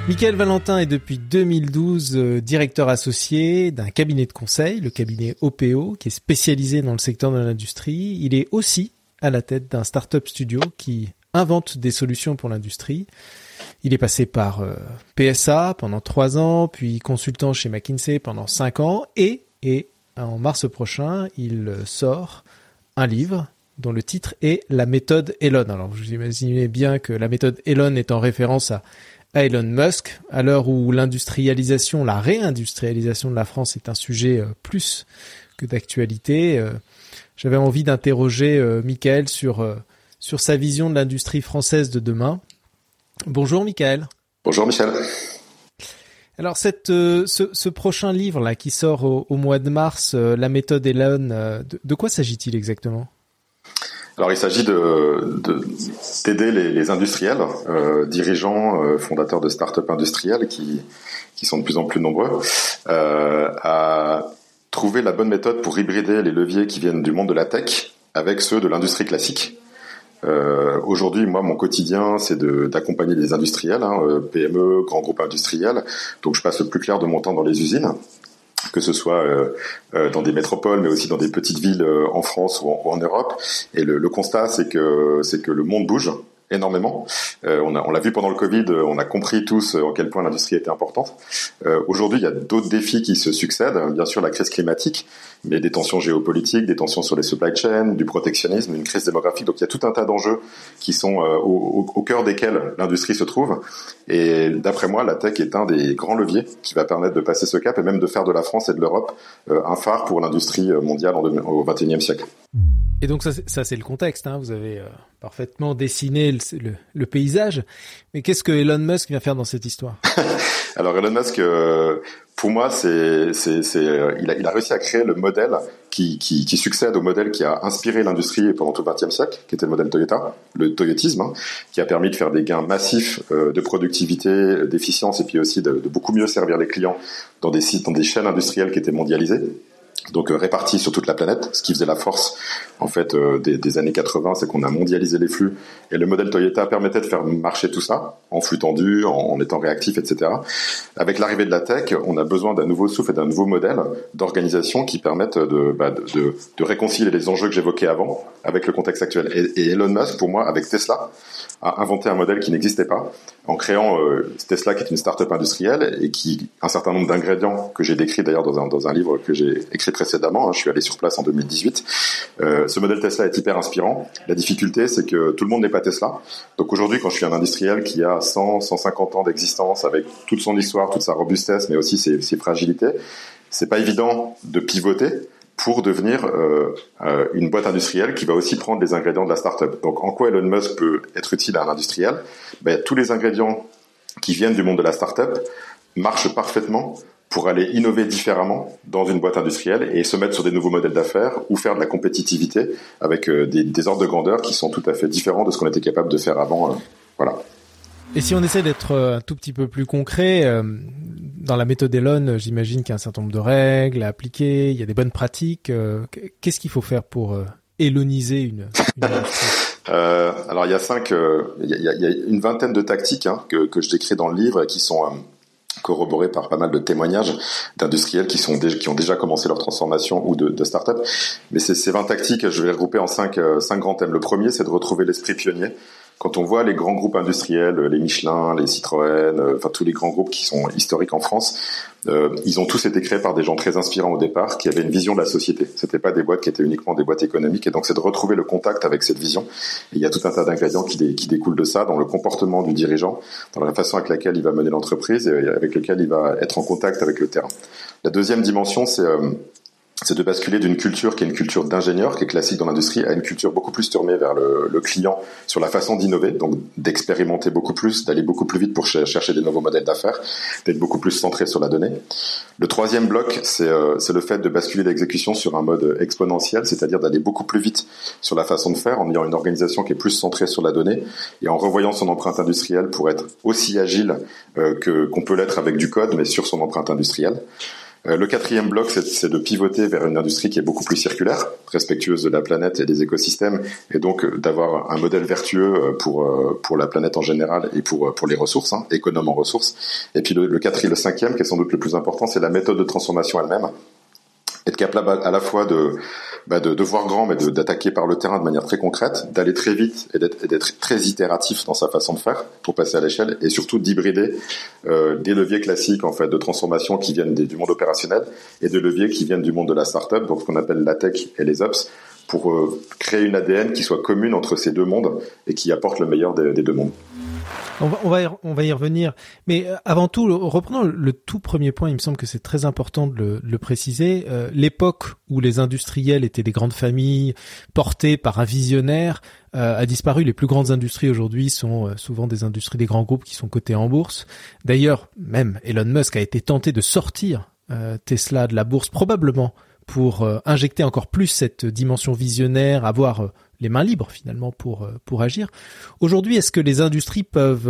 Mickaël Valentin est depuis 2012 directeur associé d'un cabinet de conseil, le cabinet OPO, qui est spécialisé dans le secteur de l'industrie. Il est aussi à la tête d'un start-up studio qui invente des solutions pour l'industrie. Il est passé par PSA pendant 3 ans, puis consultant chez McKinsey pendant 5 ans, et en mars prochain, il sort un livre dont le titre est La méthode Elon. Alors vous imaginez bien que la méthode Elon est en référence à Elon Musk, à l'heure où la réindustrialisation de la France est un sujet plus que d'actualité. J'avais envie d'interroger Mickaël sur sa vision de l'industrie française de demain. Bonjour Mickaël. Bonjour Michel. Alors ce prochain livre là qui sort au mois de mars, La méthode Elon, de quoi s'agit-il exactement ? Alors il s'agit d'aider les industriels, dirigeants, fondateurs de start-up industriels qui sont de plus en plus nombreux, à trouver la bonne méthode pour hybrider les leviers qui viennent du monde de la tech avec ceux de l'industrie classique. Aujourd'hui, moi, mon quotidien, c'est d'accompagner des industriels, PME, grands groupes industriels. Donc je passe le plus clair de mon temps dans les usines, que ce soit dans des métropoles, mais aussi dans des petites villes en France ou en Europe. Et le constat, c'est que le monde bouge énormément. On l'a vu pendant le Covid, on a compris tous à quel point l'industrie était importante. Aujourd'hui, il y a d'autres défis qui se succèdent. Bien sûr, la crise climatique, mais des tensions géopolitiques, des tensions sur les supply chains, du protectionnisme, une crise démographique. Donc, il y a tout un tas d'enjeux qui sont au cœur desquels l'industrie se trouve. Et d'après moi, la tech est un des grands leviers qui va permettre de passer ce cap et même de faire de la France et de l'Europe un phare pour l'industrie mondiale au XXIe siècle. Et donc ça c'est le contexte, vous avez parfaitement dessiné le paysage. Mais qu'est-ce que Elon Musk vient faire dans cette histoire ? Alors Elon Musk, pour moi, il a réussi à créer le modèle qui succède au modèle qui a inspiré l'industrie pendant tout le XXe siècle, qui était le modèle Toyota, le toyotisme, qui a permis de faire des gains massifs de productivité, d'efficience et puis aussi de beaucoup mieux servir les clients dans des chaînes industrielles qui étaient mondialisées. Donc répartis sur toute la planète, ce qui faisait la force en fait des années 80, c'est qu'on a mondialisé les flux et le modèle Toyota permettait de faire marcher tout ça en flux tendu, en étant réactif, etc. Avec l'arrivée de la tech, on a besoin d'un nouveau souffle et d'un nouveau modèle d'organisation qui permettent de réconcilier les enjeux que j'évoquais avant avec le contexte actuel. Et Elon Musk, pour moi, avec Tesla, a inventé un modèle qui n'existait pas en créant Tesla, qui est une start-up industrielle et qui un certain nombre d'ingrédients que j'ai décrits d'ailleurs dans un livre que j'ai écrit précédemment. Je suis allé sur place en 2018. Ce modèle Tesla est hyper inspirant. La difficulté, c'est que tout le monde n'est pas Tesla. Donc aujourd'hui, quand je suis un industriel qui a 150 ans d'existence avec toute son histoire, toute sa robustesse, mais aussi ses fragilités, c'est pas évident de pivoter pour devenir une boîte industrielle qui va aussi prendre les ingrédients de la start-up. Donc, en quoi Elon Musk peut être utile à un industriel ? Tous les ingrédients qui viennent du monde de la start-up marchent parfaitement pour aller innover différemment dans une boîte industrielle et se mettre sur des nouveaux modèles d'affaires ou faire de la compétitivité avec des ordres de grandeur qui sont tout à fait différents de ce qu'on était capable de faire avant. Voilà. Et si on essaie d'être un tout petit peu plus concret, dans la méthode Elon, j'imagine qu'il y a un certain nombre de règles à appliquer, il y a des bonnes pratiques. Qu'est-ce qu'il faut faire pour éloniser une industrie ? Alors il y a une vingtaine de tactiques que je décris dans le livre et qui sont corroborées par pas mal de témoignages d'industriels qui ont déjà commencé leur transformation ou de start-up. Mais ces 20 tactiques, je vais les regrouper en 5 grands thèmes. Le premier, c'est de retrouver l'esprit pionnier. Quand on voit les grands groupes industriels, les Michelin, les Citroën, tous les grands groupes qui sont historiques en France, ils ont tous été créés par des gens très inspirants au départ, qui avaient une vision de la société. C'était pas des boîtes qui étaient uniquement des boîtes économiques, et donc c'est de retrouver le contact avec cette vision. Et il y a tout un tas d'ingrédients qui découlent de ça, dans le comportement du dirigeant, dans la façon avec laquelle il va mener l'entreprise et avec lequel il va être en contact avec le terrain. La deuxième dimension, c'est de basculer d'une culture qui est une culture d'ingénieur, qui est classique dans l'industrie, à une culture beaucoup plus tournée vers le client sur la façon d'innover, donc d'expérimenter beaucoup plus, d'aller beaucoup plus vite pour chercher des nouveaux modèles d'affaires, d'être beaucoup plus centré sur la donnée. Le troisième bloc, c'est le fait de basculer l'exécution sur un mode exponentiel, c'est-à-dire d'aller beaucoup plus vite sur la façon de faire, en ayant une organisation qui est plus centrée sur la donnée et en revoyant son empreinte industrielle pour être aussi agile qu'on peut l'être avec du code, mais sur son empreinte industrielle. Le quatrième bloc, c'est de pivoter vers une industrie qui est beaucoup plus circulaire, respectueuse de la planète et des écosystèmes, et donc d'avoir un modèle vertueux pour la planète en général et pour les ressources, économe en ressources. Et puis le cinquième, qui est sans doute le plus important, c'est la méthode de transformation elle-même. Être capable à la fois de voir grand, mais d'attaquer par le terrain de manière très concrète, d'aller très vite et d'être très itératif dans sa façon de faire pour passer à l'échelle, et surtout d'hybrider des leviers classiques en fait de transformation qui viennent du monde opérationnel et de leviers qui viennent du monde de la start-up, donc ce qu'on appelle la tech et les ops, pour créer une ADN qui soit commune entre ces deux mondes et qui apporte le meilleur des deux mondes. On va y revenir. Mais avant tout, reprenons le tout premier point. Il me semble que c'est très important de le préciser. L'époque où les industriels étaient des grandes familles portées par un visionnaire a disparu. Les plus grandes industries aujourd'hui sont souvent des industries des grands groupes qui sont cotés en bourse. D'ailleurs, même Elon Musk a été tenté de sortir Tesla de la bourse, probablement pour injecter encore plus cette dimension visionnaire, avoir les mains libres finalement pour agir. Aujourd'hui, est-ce que les industries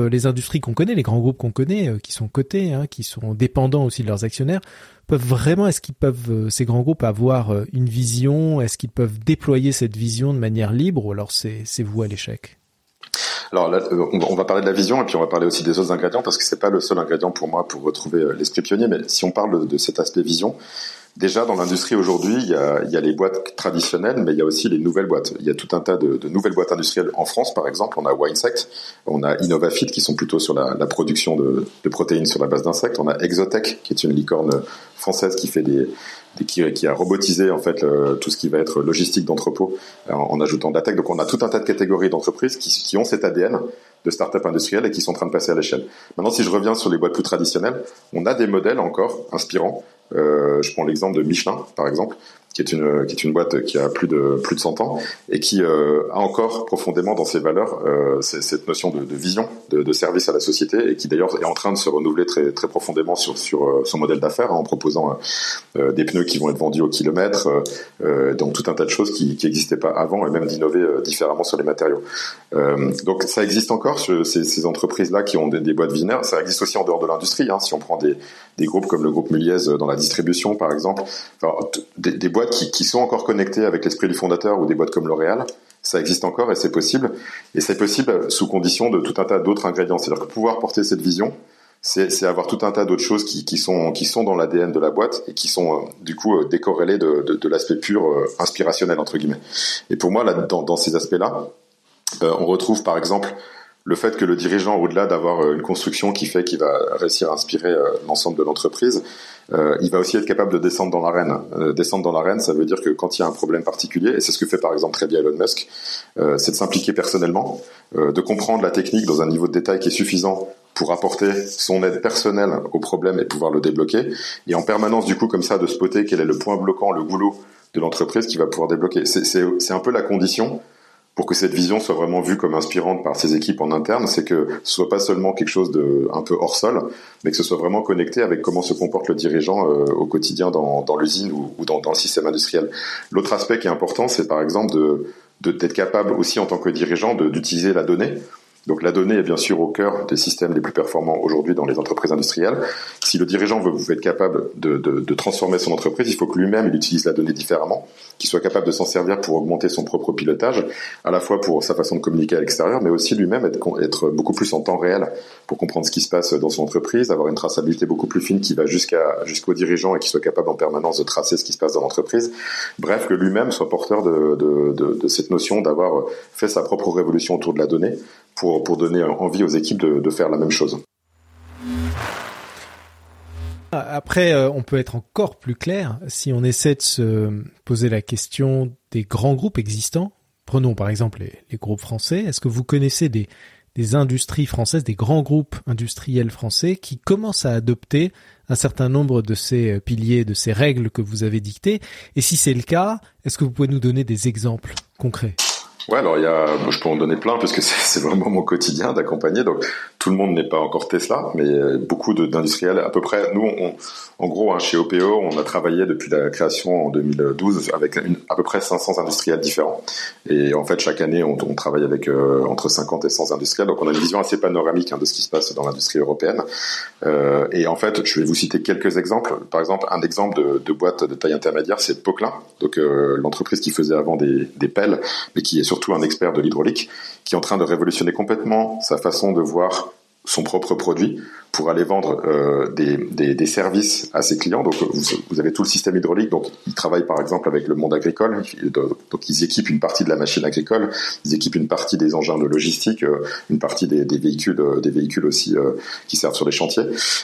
qu'on connaît, les grands groupes qu'on connaît, qui sont cotés, qui sont dépendants aussi de leurs actionnaires, est-ce qu'ils peuvent ces grands groupes avoir une vision, est-ce qu'ils peuvent déployer cette vision de manière libre, ou alors c'est voué à l'échec? Alors là, on va parler de la vision et puis on va parler aussi des autres ingrédients, parce que c'est pas le seul ingrédient pour moi pour retrouver l'esprit pionnier. Mais si on parle de cet aspect vision, déjà dans l'industrie aujourd'hui, il y a les boîtes traditionnelles, mais il y a aussi les nouvelles boîtes. Il y a tout un tas de nouvelles boîtes industrielles en France, par exemple. On a Winesect, on a Innovafit qui sont plutôt sur la production de protéines sur la base d'insectes. On a Exotech qui est une licorne française qui fait qui a robotisé en fait tout ce qui va être logistique d'entrepôt en ajoutant de la tech. Donc on a tout un tas de catégories d'entreprises qui ont cet ADN de start-up industrielles et qui sont en train de passer à l'échelle. Maintenant, si je reviens sur les boîtes plus traditionnelles, on a des modèles encore inspirants. Je prends l'exemple de Michelin, par exemple, qui est une boîte qui a plus de 100 ans et qui a encore profondément dans ses valeurs cette notion de vision, de service à la société, et qui d'ailleurs est en train de se renouveler très très profondément sur son modèle d'affaires, en proposant des pneus qui vont être vendus au kilomètre, donc tout un tas de choses qui n'existaient pas avant, et même d'innover différemment sur les matériaux. Donc ça existe encore, ces entreprises-là qui ont des boîtes visionnaires. Ça existe aussi en dehors de l'industrie, si on prend des groupes comme le groupe Muliez dans la distribution, par exemple, des boîtes qui sont encore connectées avec l'esprit du fondateur, ou des boîtes comme L'Oréal. Ça existe encore et c'est possible. Et c'est possible sous condition de tout un tas d'autres ingrédients. C'est-à-dire que pouvoir porter cette vision, c'est avoir tout un tas d'autres choses qui sont dans l'ADN de la boîte et qui sont du coup décorrélées de l'aspect pur inspirationnel, entre guillemets. Et pour moi, là, dans ces aspects-là, on retrouve par exemple le fait que le dirigeant, au-delà d'avoir une construction qui fait qu'il va réussir à inspirer l'ensemble de l'entreprise, il va aussi être capable de descendre dans l'arène. Descendre dans l'arène, ça veut dire que quand il y a un problème particulier, et c'est ce que fait par exemple très bien Elon Musk, c'est de s'impliquer personnellement, de comprendre la technique dans un niveau de détail qui est suffisant pour apporter son aide personnelle au problème et pouvoir le débloquer, et en permanence du coup comme ça de spotter quel est le point bloquant, le goulot de l'entreprise qui va pouvoir débloquer. C'est un peu la condition pour que cette vision soit vraiment vue comme inspirante par ses équipes en interne, c'est que ce soit pas seulement quelque chose de un peu hors sol, mais que ce soit vraiment connecté avec comment se comporte le dirigeant au quotidien dans l'usine ou dans le système industriel. L'autre aspect qui est important, c'est par exemple d'être capable aussi en tant que dirigeant d'utiliser la donnée. Donc la donnée est bien sûr au cœur des systèmes les plus performants aujourd'hui dans les entreprises industrielles. Si le dirigeant veut être capable de transformer son entreprise, il faut que lui-même il utilise la donnée différemment, qu'il soit capable de s'en servir pour augmenter son propre pilotage, à la fois pour sa façon de communiquer à l'extérieur, mais aussi lui-même être beaucoup plus en temps réel pour comprendre ce qui se passe dans son entreprise, avoir une traçabilité beaucoup plus fine qui va jusqu'au dirigeant et qui soit capable en permanence de tracer ce qui se passe dans l'entreprise. Bref, que lui-même soit porteur de cette notion d'avoir fait sa propre révolution autour de la donnée pour donner envie aux équipes de faire la même chose. Après, on peut être encore plus clair si on essaie de se poser la question des grands groupes existants. Prenons par exemple les groupes français. Est-ce que vous connaissez des industries françaises, des grands groupes industriels français qui commencent à adopter un certain nombre de ces piliers, de ces règles que vous avez dictées? Et si c'est le cas, est-ce que vous pouvez nous donner des exemples concrets? Ouais, alors je peux en donner plein parce que c'est vraiment mon quotidien d'accompagner. Donc tout le monde n'est pas encore Tesla, mais beaucoup d'industriels, à peu près. Nous, en gros, chez OPO, on a travaillé depuis la création en 2012 avec à peu près 500 industriels différents. Et en fait, chaque année, on travaille avec entre 50 et 100 industriels. Donc, on a une vision assez panoramique de ce qui se passe dans l'industrie européenne. Et en fait, je vais vous citer quelques exemples. Par exemple, un exemple de boîte de taille intermédiaire, c'est Poquelin, donc l'entreprise qui faisait avant des pelles, mais qui est surtout un expert de l'hydraulique, qui est en train de révolutionner complètement sa façon de voir son propre produit pour aller vendre des services à ses clients. Donc vous avez tout le système hydraulique. Donc ils travaillent par exemple avec le monde agricole. Donc ils équipent une partie de la machine agricole, ils équipent une partie des engins de logistique, une partie des véhicules aussi qui servent sur les chantiers.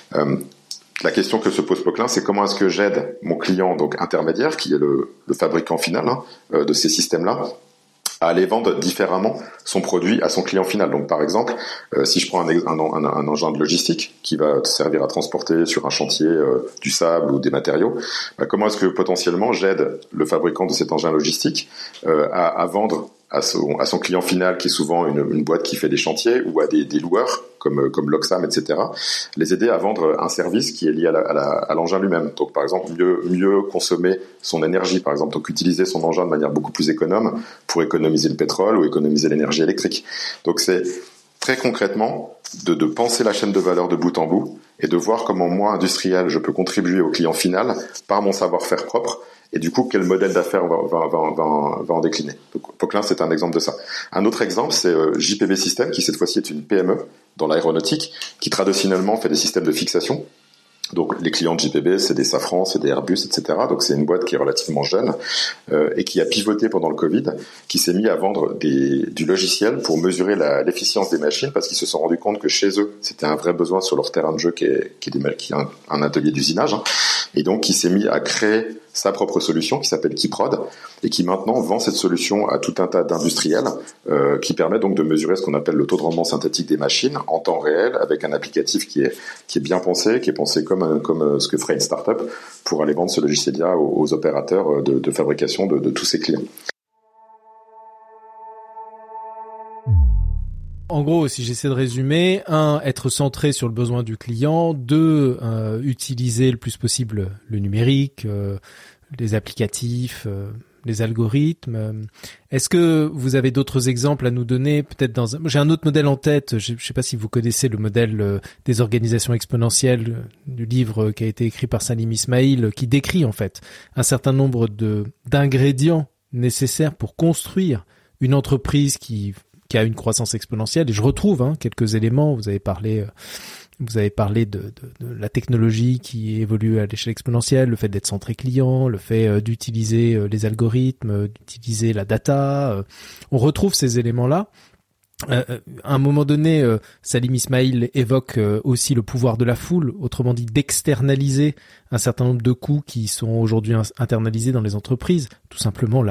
La question que se pose Poquelin, c'est comment est-ce que j'aide mon client donc intermédiaire, qui est le fabricant final de ces systèmes-là, à aller vendre différemment son produit à son client final. Donc par exemple, si je prends un engin de logistique qui va servir à transporter sur un chantier du sable ou des matériaux, comment est-ce que potentiellement j'aide le fabricant de cet engin logistique à vendre à son client final, qui est souvent une boîte qui fait des chantiers, ou à des loueurs comme l'Oxam, etc., les aider à vendre un service qui est lié à l'engin lui-même. Donc par exemple, mieux consommer son énergie, par exemple, donc utiliser son engin de manière beaucoup plus économe pour économiser le pétrole ou économiser l'énergie électrique. Donc c'est très concrètement de penser la chaîne de valeur de bout en bout et de voir comment moi, industriel, je peux contribuer au client final par mon savoir-faire propre. Et du coup, quel modèle d'affaires va en décliner. Donc, Poquelin, c'est un exemple de ça. Un autre exemple, c'est JPB System, qui cette fois-ci est une PME dans l'aéronautique, qui traditionnellement fait des systèmes de fixation. Donc, les clients de JPB, c'est des Safran, c'est des Airbus, etc. Donc, c'est une boîte qui est relativement jeune et qui a pivoté pendant le Covid, qui s'est mis à vendre du logiciel pour mesurer l'efficience des machines, parce qu'ils se sont rendus compte que chez eux, c'était un vrai besoin sur leur terrain de jeu qui est un atelier d'usinage. Et donc, qui s'est mis à créer sa propre solution qui s'appelle Keyprod et qui maintenant vend cette solution à tout un tas d'industriels qui permet donc de mesurer ce qu'on appelle le taux de rendement synthétique des machines en temps réel avec un applicatif qui est bien pensé, qui est pensé comme ce que ferait une start-up pour aller vendre ce logiciel-là aux opérateurs de fabrication de tous ses clients. En gros, si j'essaie de résumer, 1, être centré sur le besoin du client, 2, utiliser le plus possible le numérique, les applicatifs, les algorithmes. Est-ce que vous avez d'autres exemples à nous donner? Peut-être j'ai un autre modèle en tête. Je ne sais pas si vous connaissez le modèle des organisations exponentielles du livre qui a été écrit par Salim Ismail, qui décrit en fait un certain nombre d'ingrédients nécessaires pour construire une entreprise qui a une croissance exponentielle. Et je retrouve quelques éléments. Vous avez parlé de la technologie qui évolue à l'échelle exponentielle, le fait d'être centré client, le fait d'utiliser les algorithmes, d'utiliser la data. On retrouve ces éléments-là. À un moment donné, Salim Ismail évoque aussi le pouvoir de la foule, autrement dit d'externaliser un certain nombre de coûts qui sont aujourd'hui internalisés dans les entreprises. Tout simplement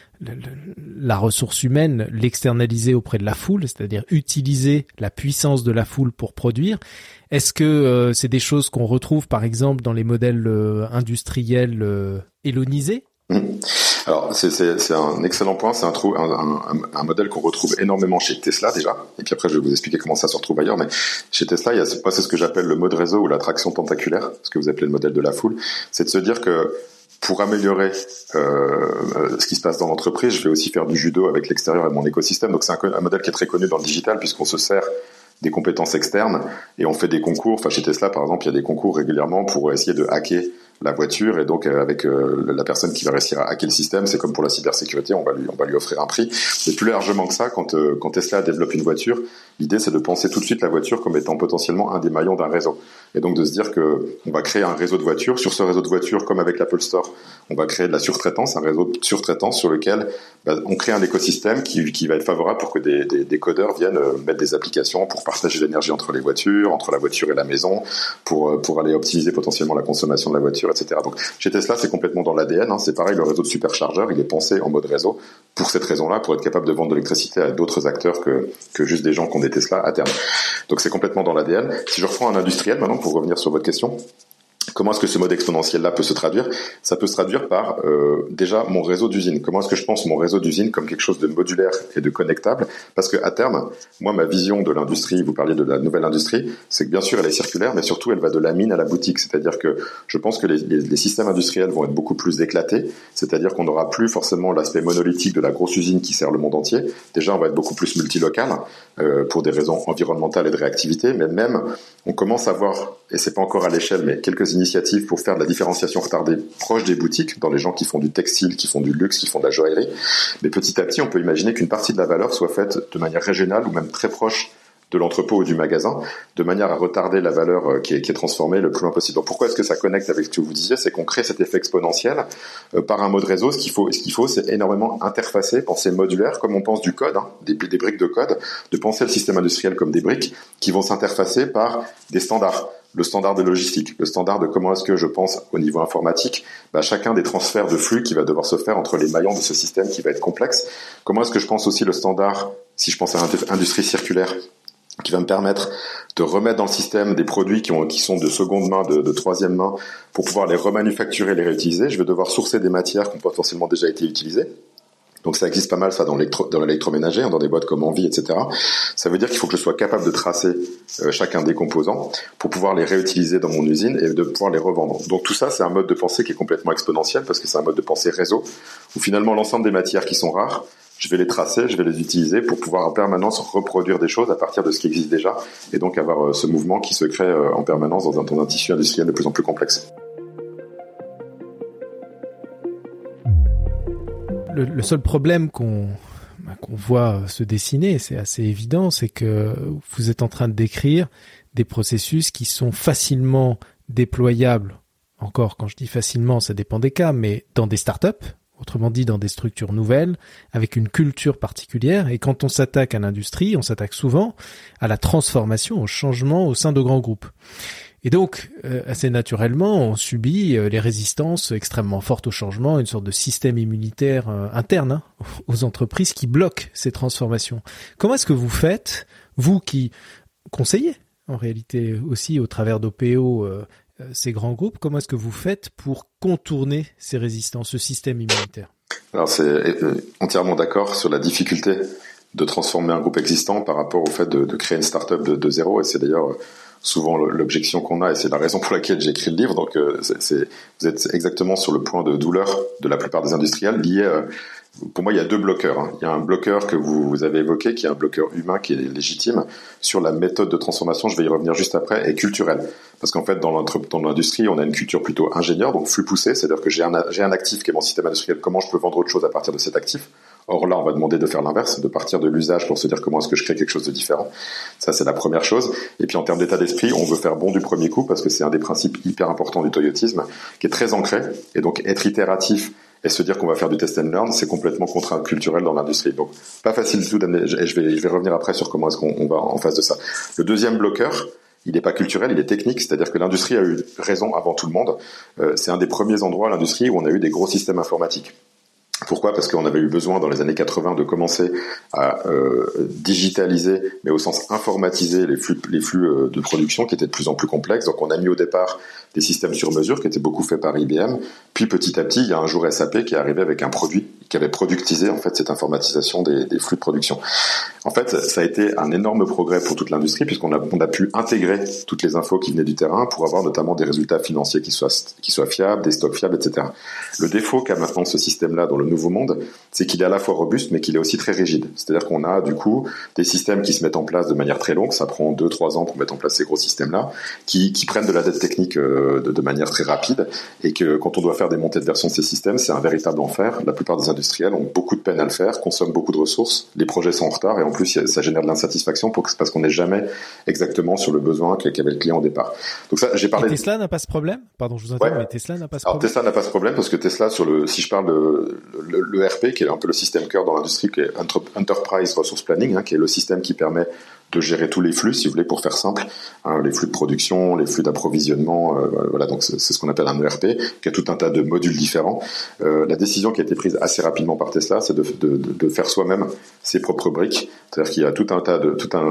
la ressource humaine, l'externaliser auprès de la foule, c'est-à-dire utiliser la puissance de la foule pour produire. Est-ce que c'est des choses qu'on retrouve par exemple dans les modèles industriels hélonisés? Alors c'est un excellent point, c'est un modèle qu'on retrouve énormément chez Tesla déjà, et puis après je vais vous expliquer comment ça se retrouve ailleurs, mais chez Tesla, c'est ce que j'appelle le mode réseau ou l'attraction tentaculaire, ce que vous appelez le modèle de la foule, c'est de se dire que pour améliorer ce qui se passe dans l'entreprise, je vais aussi faire du judo avec l'extérieur et mon écosystème. Donc c'est un modèle qui est très connu dans le digital puisqu'on se sert des compétences externes et on fait des concours. Enfin chez Tesla par exemple, il y a des concours régulièrement pour essayer de hacker la voiture et donc avec la personne qui va réussir à hacker le système, c'est comme pour la cybersécurité, on va lui offrir un prix. Mais plus largement que ça, quand Tesla développe une voiture, l'idée c'est de penser tout de suite la voiture comme étant potentiellement un des maillons d'un réseau. Et donc de se dire que on va créer un réseau de voitures. Sur ce réseau de voitures, comme avec l'Apple Store, on va créer de la surtraitance, un réseau de surtraitance sur lequel on crée un écosystème qui va être favorable pour que des codeurs viennent mettre des applications pour partager l'énergie entre les voitures, entre la voiture et la maison, pour aller optimiser potentiellement la consommation de la voiture, etc. Donc chez Tesla, c'est complètement dans l'ADN. C'est pareil, le réseau de superchargeurs, il est pensé en mode réseau pour cette raison-là, pour être capable de vendre de l'électricité à d'autres acteurs que juste des gens qui ont des Tesla à terme. Donc c'est complètement dans l'ADN. Si je reprends un industriel maintenant, pour revenir sur votre question, Comment est-ce que ce mode exponentiel-là peut se traduire? Ça peut se traduire par déjà mon réseau d'usines. Comment est-ce que je pense mon réseau d'usines comme quelque chose de modulaire et de connectable? Parce que à terme, moi, ma vision de l'industrie, vous parliez de la nouvelle industrie, c'est que bien sûr elle est circulaire, mais surtout elle va de la mine à la boutique. C'est-à-dire que je pense que les systèmes industriels vont être beaucoup plus éclatés. C'est-à-dire qu'on n'aura plus forcément l'aspect monolithique de la grosse usine qui sert le monde entier. Déjà, on va être beaucoup plus multilocal pour des raisons environnementales et de réactivité, mais même on commence à voir, et c'est pas encore à l'échelle, mais quelques initiatives pour faire de la différenciation retardée proche des boutiques, dans les gens qui font du textile, qui font du luxe, qui font de la joaillerie. Mais petit à petit, on peut imaginer qu'une partie de la valeur soit faite de manière régionale ou même très proche de l'entrepôt ou du magasin, de manière à retarder la valeur qui est transformée le plus loin possible. Donc pourquoi est-ce que ça connecte avec ce que vous disiez? C'est qu'on crée cet effet exponentiel par un mode réseau. Ce qu'il faut, c'est énormément interfacer, penser modulaire, comme on pense du code, des briques de code, de penser le système industriel comme des briques qui vont s'interfacer par des standards. Le standard de logistique, le standard de comment est-ce que je pense au niveau informatique, chacun des transferts de flux qui va devoir se faire entre les maillons de ce système qui va être complexe. Comment est-ce que je pense aussi le standard, si je pense à l'industrie circulaire, qui va me permettre de remettre dans le système des produits qui sont de seconde main, de troisième main, pour pouvoir les remanufacturer, les réutiliser. Je vais devoir sourcer des matières qui ont potentiellement déjà été utilisées. Donc ça existe pas mal ça dans l'électroménager, dans des boîtes comme Envie, etc. Ça veut dire qu'il faut que je sois capable de tracer chacun des composants pour pouvoir les réutiliser dans mon usine et de pouvoir les revendre. Donc tout ça, c'est un mode de pensée qui est complètement exponentiel parce que c'est un mode de pensée réseau où finalement l'ensemble des matières qui sont rares, je vais les tracer, je vais les utiliser pour pouvoir en permanence reproduire des choses à partir de ce qui existe déjà et donc avoir ce mouvement qui se crée en permanence dans un tissu industriel de plus en plus complexe. Le seul problème qu'on voit se dessiner, c'est assez évident, c'est que vous êtes en train de décrire des processus qui sont facilement déployables. Encore, quand je dis facilement, ça dépend des cas, mais dans des startups, autrement dit dans des structures nouvelles, avec une culture particulière. Et quand on s'attaque à l'industrie, on s'attaque souvent à la transformation, au changement au sein de grands groupes. Et donc, assez naturellement, on subit les résistances extrêmement fortes au changement, une sorte de système immunitaire interne aux entreprises qui bloquent ces transformations. Comment est-ce que vous faites, vous qui conseillez en réalité aussi au travers d'OPEO ces grands groupes, comment est-ce que vous faites pour contourner ces résistances, ce système immunitaire? Alors c'est entièrement d'accord sur la difficulté de transformer un groupe existant par rapport au fait de créer une start-up de zéro, et c'est d'ailleurs souvent l'objection qu'on a, et c'est la raison pour laquelle j'ai écrit le livre. Donc vous êtes exactement sur le point de douleur de la plupart des industriels lié. Pour moi, il y a deux bloqueurs. Il y a un bloqueur que vous avez évoqué, qui est un bloqueur humain qui est légitime. Sur la méthode de transformation, je vais y revenir juste après, et culturel. Parce qu'en fait, dans l'industrie, on a une culture plutôt ingénieur, donc flux poussé, c'est-à-dire que j'ai un actif qui est mon système industriel, comment je peux vendre autre chose à partir de cet actif. Or là, on va demander de faire l'inverse, de partir de l'usage pour se dire comment est-ce que je crée quelque chose de différent. Ça, c'est la première chose. Et puis en termes d'état d'esprit, on veut faire bon du premier coup, parce que c'est un des principes hyper importants du toyotisme, qui est très ancré, et donc être itératif et se dire qu'on va faire du test and learn, c'est complètement contre-culturel dans l'industrie. Donc, pas facile du tout d'amener, et je vais revenir après sur comment est-ce qu'on va en face de ça. Le deuxième bloqueur, il n'est pas culturel, il est technique, c'est-à-dire que l'industrie a eu raison avant tout le monde. C'est un des premiers endroits à l'industrie où on a eu des gros systèmes informatiques. Pourquoi ? Parce qu'on avait eu besoin dans les années 80 de commencer à digitaliser, mais au sens informatiser les flux de production qui étaient de plus en plus complexes. Donc on a mis au départ des systèmes sur mesure qui étaient beaucoup faits par IBM. Puis petit à petit, il y a un jour SAP qui est arrivé avec un produit qui avait productisé en fait cette informatisation des flux de production. En fait, ça a été un énorme progrès pour toute l'industrie puisqu'on a pu intégrer toutes les infos qui venaient du terrain pour avoir notamment des résultats financiers qui soient fiables, des stocks fiables, etc. Le défaut qu'a maintenant ce système-là dans le nouveau monde, c'est qu'il est à la fois robuste mais qu'il est aussi très rigide. C'est-à-dire qu'on a du coup des systèmes qui se mettent en place de manière très longue, ça prend 2-3 ans pour mettre en place ces gros systèmes-là, qui prennent de la dette technique de manière très rapide, et que quand on doit faire des montées de version de ces systèmes, c'est un véritable enfer. La plupart des industriels ont beaucoup de peine à le faire, consomment beaucoup de ressources, les projets sont en retard, et en plus ça génère de l'insatisfaction parce qu'on n'est jamais exactement sur le besoin qu'avait le client au départ. Donc ça, j'ai parlé. Et Tesla n'a pas ce problème ? Pardon, je vous interromps, mais Tesla n'a pas ce problème. Alors Tesla n'a pas ce problème parce que Tesla, si je parle de l'ERP, qui est un peu le système cœur dans l'industrie, qui est Enterprise Resource Planning, qui est le système qui permet de gérer tous les flux, si vous voulez, pour faire simple, hein, les flux de production, les flux d'approvisionnement, voilà, donc c'est ce qu'on appelle un ERP, qui a tout un tas de modules différents. La décision qui a été prise assez rapidement par Tesla, c'est de faire soi-même ses propres briques, c'est-à-dire qu'il y a tout un tas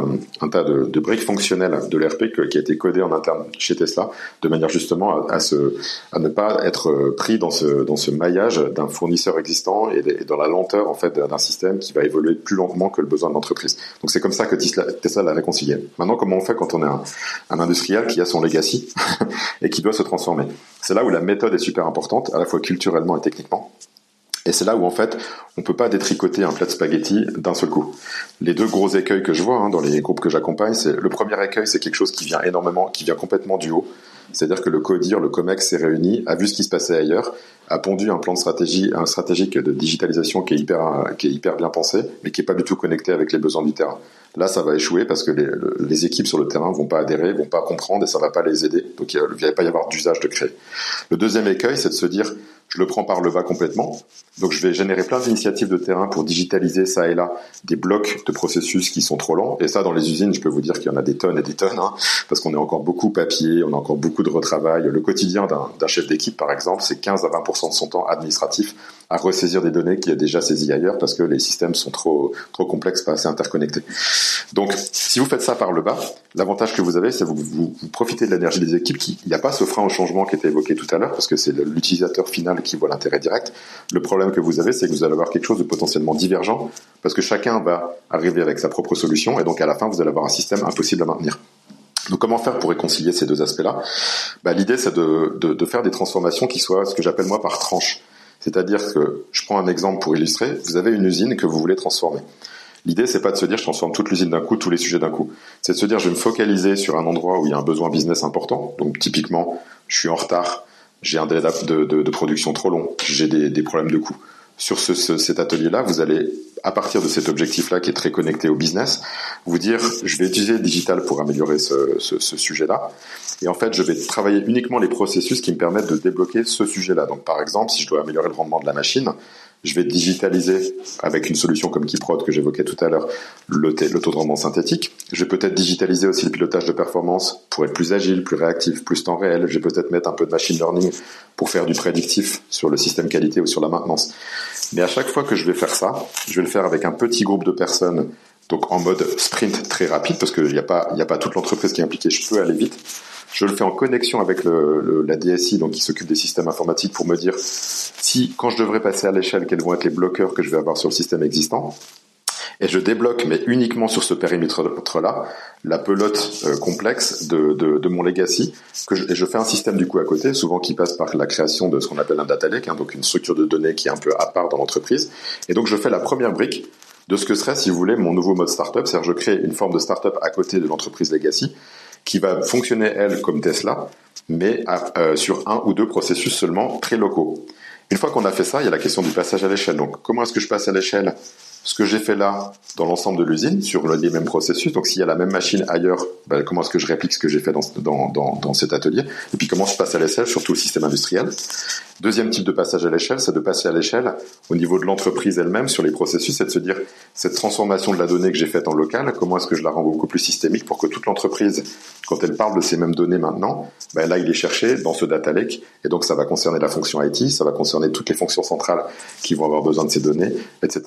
de briques fonctionnelles de l'ERP qui a été codé en interne chez Tesla, de manière justement à ne pas être pris dans ce maillage d'un fournisseur existant et dans la lenteur en fait d'un système qui va évoluer plus lentement que le besoin de l'entreprise. Donc c'est comme ça que Tesla l'a réconcilié. Maintenant, comment on fait quand on est un industriel qui a son legacy et qui doit se transformer? C'est là où la méthode est super importante, à la fois culturellement et techniquement. Et c'est là où en fait on peut pas détricoter un plat de spaghettis d'un seul coup. Les deux gros écueils que je vois dans les groupes que j'accompagne, c'est le premier écueil, c'est quelque chose qui vient complètement du haut. C'est-à-dire que le CODIR, le COMEX s'est réuni, a vu ce qui se passait ailleurs, a pondu un plan de stratégique de digitalisation qui est hyper bien pensé, mais qui est pas du tout connecté avec les besoins du terrain. Là, ça va échouer parce que les équipes sur le terrain vont pas adhérer, vont pas comprendre et ça va pas les aider. Donc, il va pas y avoir d'usage de créer. Le deuxième écueil, c'est de se dire, je le prends par le bas complètement. Donc, je vais générer plein d'initiatives de terrain pour digitaliser ça et là des blocs de processus qui sont trop lents. Et ça, dans les usines, je peux vous dire qu'il y en a des tonnes et des tonnes, hein, parce qu'on est encore beaucoup papier, on a encore beaucoup de retravail. Le quotidien d'un chef d'équipe, par exemple, c'est 15 à 20% de son temps administratif à ressaisir des données qu'il a déjà saisies ailleurs parce que les systèmes sont trop complexes, pas assez interconnectés. Donc, si vous faites ça par le bas, l'avantage que vous avez, c'est que vous profitez de l'énergie des équipes. Il n'y a pas ce frein au changement qui était évoqué tout à l'heure, parce que c'est l'utilisateur final qui voit l'intérêt direct. Le problème que vous avez, c'est que vous allez avoir quelque chose de potentiellement divergent, parce que chacun va arriver avec sa propre solution, et donc à la fin, vous allez avoir un système impossible à maintenir. Donc, comment faire pour réconcilier ces deux aspects-là? L'idée, c'est de faire des transformations qui soient ce que j'appelle moi par tranche. C'est-à-dire que, je prends un exemple pour illustrer, vous avez une usine que vous voulez transformer. L'idée, c'est pas de se dire je transforme toute l'usine d'un coup, tous les sujets d'un coup. C'est de se dire je vais me focaliser sur un endroit où il y a un besoin business important. Donc typiquement, je suis en retard, j'ai un délai de production trop long, j'ai des problèmes de coût. Sur cet atelier-là, vous allez, à partir de cet objectif-là qui est très connecté au business, vous dire je vais utiliser le digital pour améliorer ce sujet-là. Et en fait, je vais travailler uniquement les processus qui me permettent de débloquer ce sujet-là. Donc par exemple, si je dois améliorer le rendement de la machine, je vais digitaliser avec une solution comme Keyprod que j'évoquais tout à l'heure, le taux de rendement synthétique. Je vais peut-être digitaliser aussi le pilotage de performance pour être plus agile, plus réactif, plus temps réel. Je vais peut-être mettre un peu de machine learning pour faire du prédictif sur le système qualité ou sur la maintenance. Mais à chaque fois que je vais faire ça, je vais le faire avec un petit groupe de personnes, donc en mode sprint très rapide, parce qu'il n'y a pas toute l'entreprise qui est impliquée, je peux aller vite. Je le fais en connexion avec la DSI, donc qui s'occupe des systèmes informatiques, pour me dire quand je devrais passer à l'échelle, quels vont être les bloqueurs que je vais avoir sur le système existant. Et je débloque, mais uniquement sur ce périmètre-là, la pelote complexe de mon legacy, et je fais un système du coup à côté, souvent qui passe par la création de ce qu'on appelle un data lake, hein, donc une structure de données qui est un peu à part dans l'entreprise. Et donc je fais la première brique de ce que serait, si vous voulez, mon nouveau mode startup, c'est-à-dire je crée une forme de startup à côté de l'entreprise legacy, qui va fonctionner, elle, comme Tesla, mais sur un ou deux processus seulement très locaux. Une fois qu'on a fait ça, il y a la question du passage à l'échelle. Donc, comment est-ce que je passe à l'échelle ce que j'ai fait là dans l'ensemble de l'usine sur les mêmes processus? Donc, s'il y a la même machine ailleurs, comment est-ce que je réplique ce que j'ai fait dans cet atelier? Et puis, comment je passe à l'échelle sur tout le système industriel? Deuxième type de passage à l'échelle, c'est de passer à l'échelle au niveau de l'entreprise elle-même sur les processus, c'est de se dire cette transformation de la donnée que j'ai faite en local, comment est-ce que je la rends beaucoup plus systémique pour que toute l'entreprise, quand elle parle de ces mêmes données maintenant, là, il est cherché dans ce data lake, et donc ça va concerner la fonction IT, ça va concerner toutes les fonctions centrales qui vont avoir besoin de ces données, etc.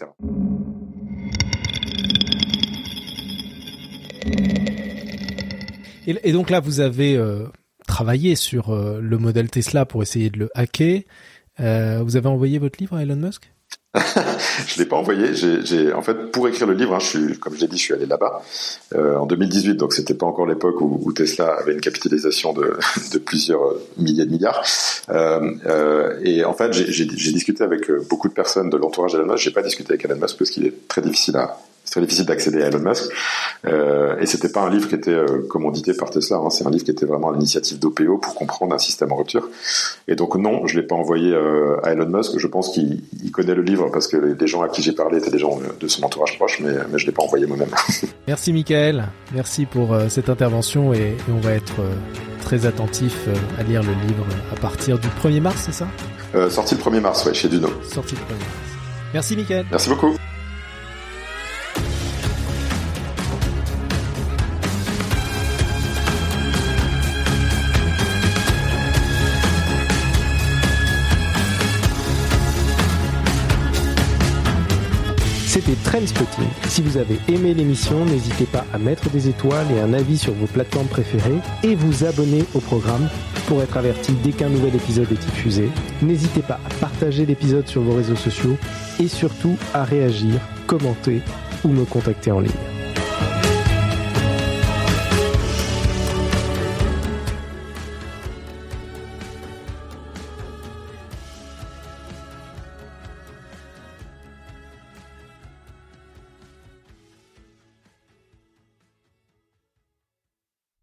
Et donc là, vous avez travaillé sur le modèle Tesla pour essayer de le hacker. Vous avez envoyé votre livre à Elon Musk? Je l'ai pas envoyé. En fait, pour écrire le livre, comme je l'ai dit, je suis allé là-bas en 2018, donc c'était pas encore l'époque où Tesla avait une capitalisation de plusieurs milliers de milliards. Et en fait, j'ai discuté avec beaucoup de personnes de l'entourage d'Elon Musk. J'ai pas discuté avec Elon Musk parce qu'il est très difficile d'accéder à Elon Musk. Et c'était pas un livre qui était commandité par Tesla. Hein. C'est un livre qui était vraiment à l'initiative d'OPO pour comprendre un système en rupture. Et donc non, je l'ai pas envoyé à Elon Musk. Je pense qu'il connaît le livre parce que les gens à qui j'ai parlé étaient des gens de son entourage proche, mais je l'ai pas envoyé moi-même. Merci Michael. Merci pour cette intervention et on va être très attentif à lire le livre à partir du 1er mars, c'est ça? Sorti le 1er mars, ouais, chez Duno. Sorti le 1er mars. Merci Michael. Merci beaucoup. Trendspotting. Si vous avez aimé l'émission, n'hésitez pas à mettre des étoiles et un avis sur vos plateformes préférées et vous abonner au programme pour être averti dès qu'un nouvel épisode est diffusé. N'hésitez pas à partager l'épisode sur vos réseaux sociaux et surtout à réagir, commenter ou me contacter en ligne.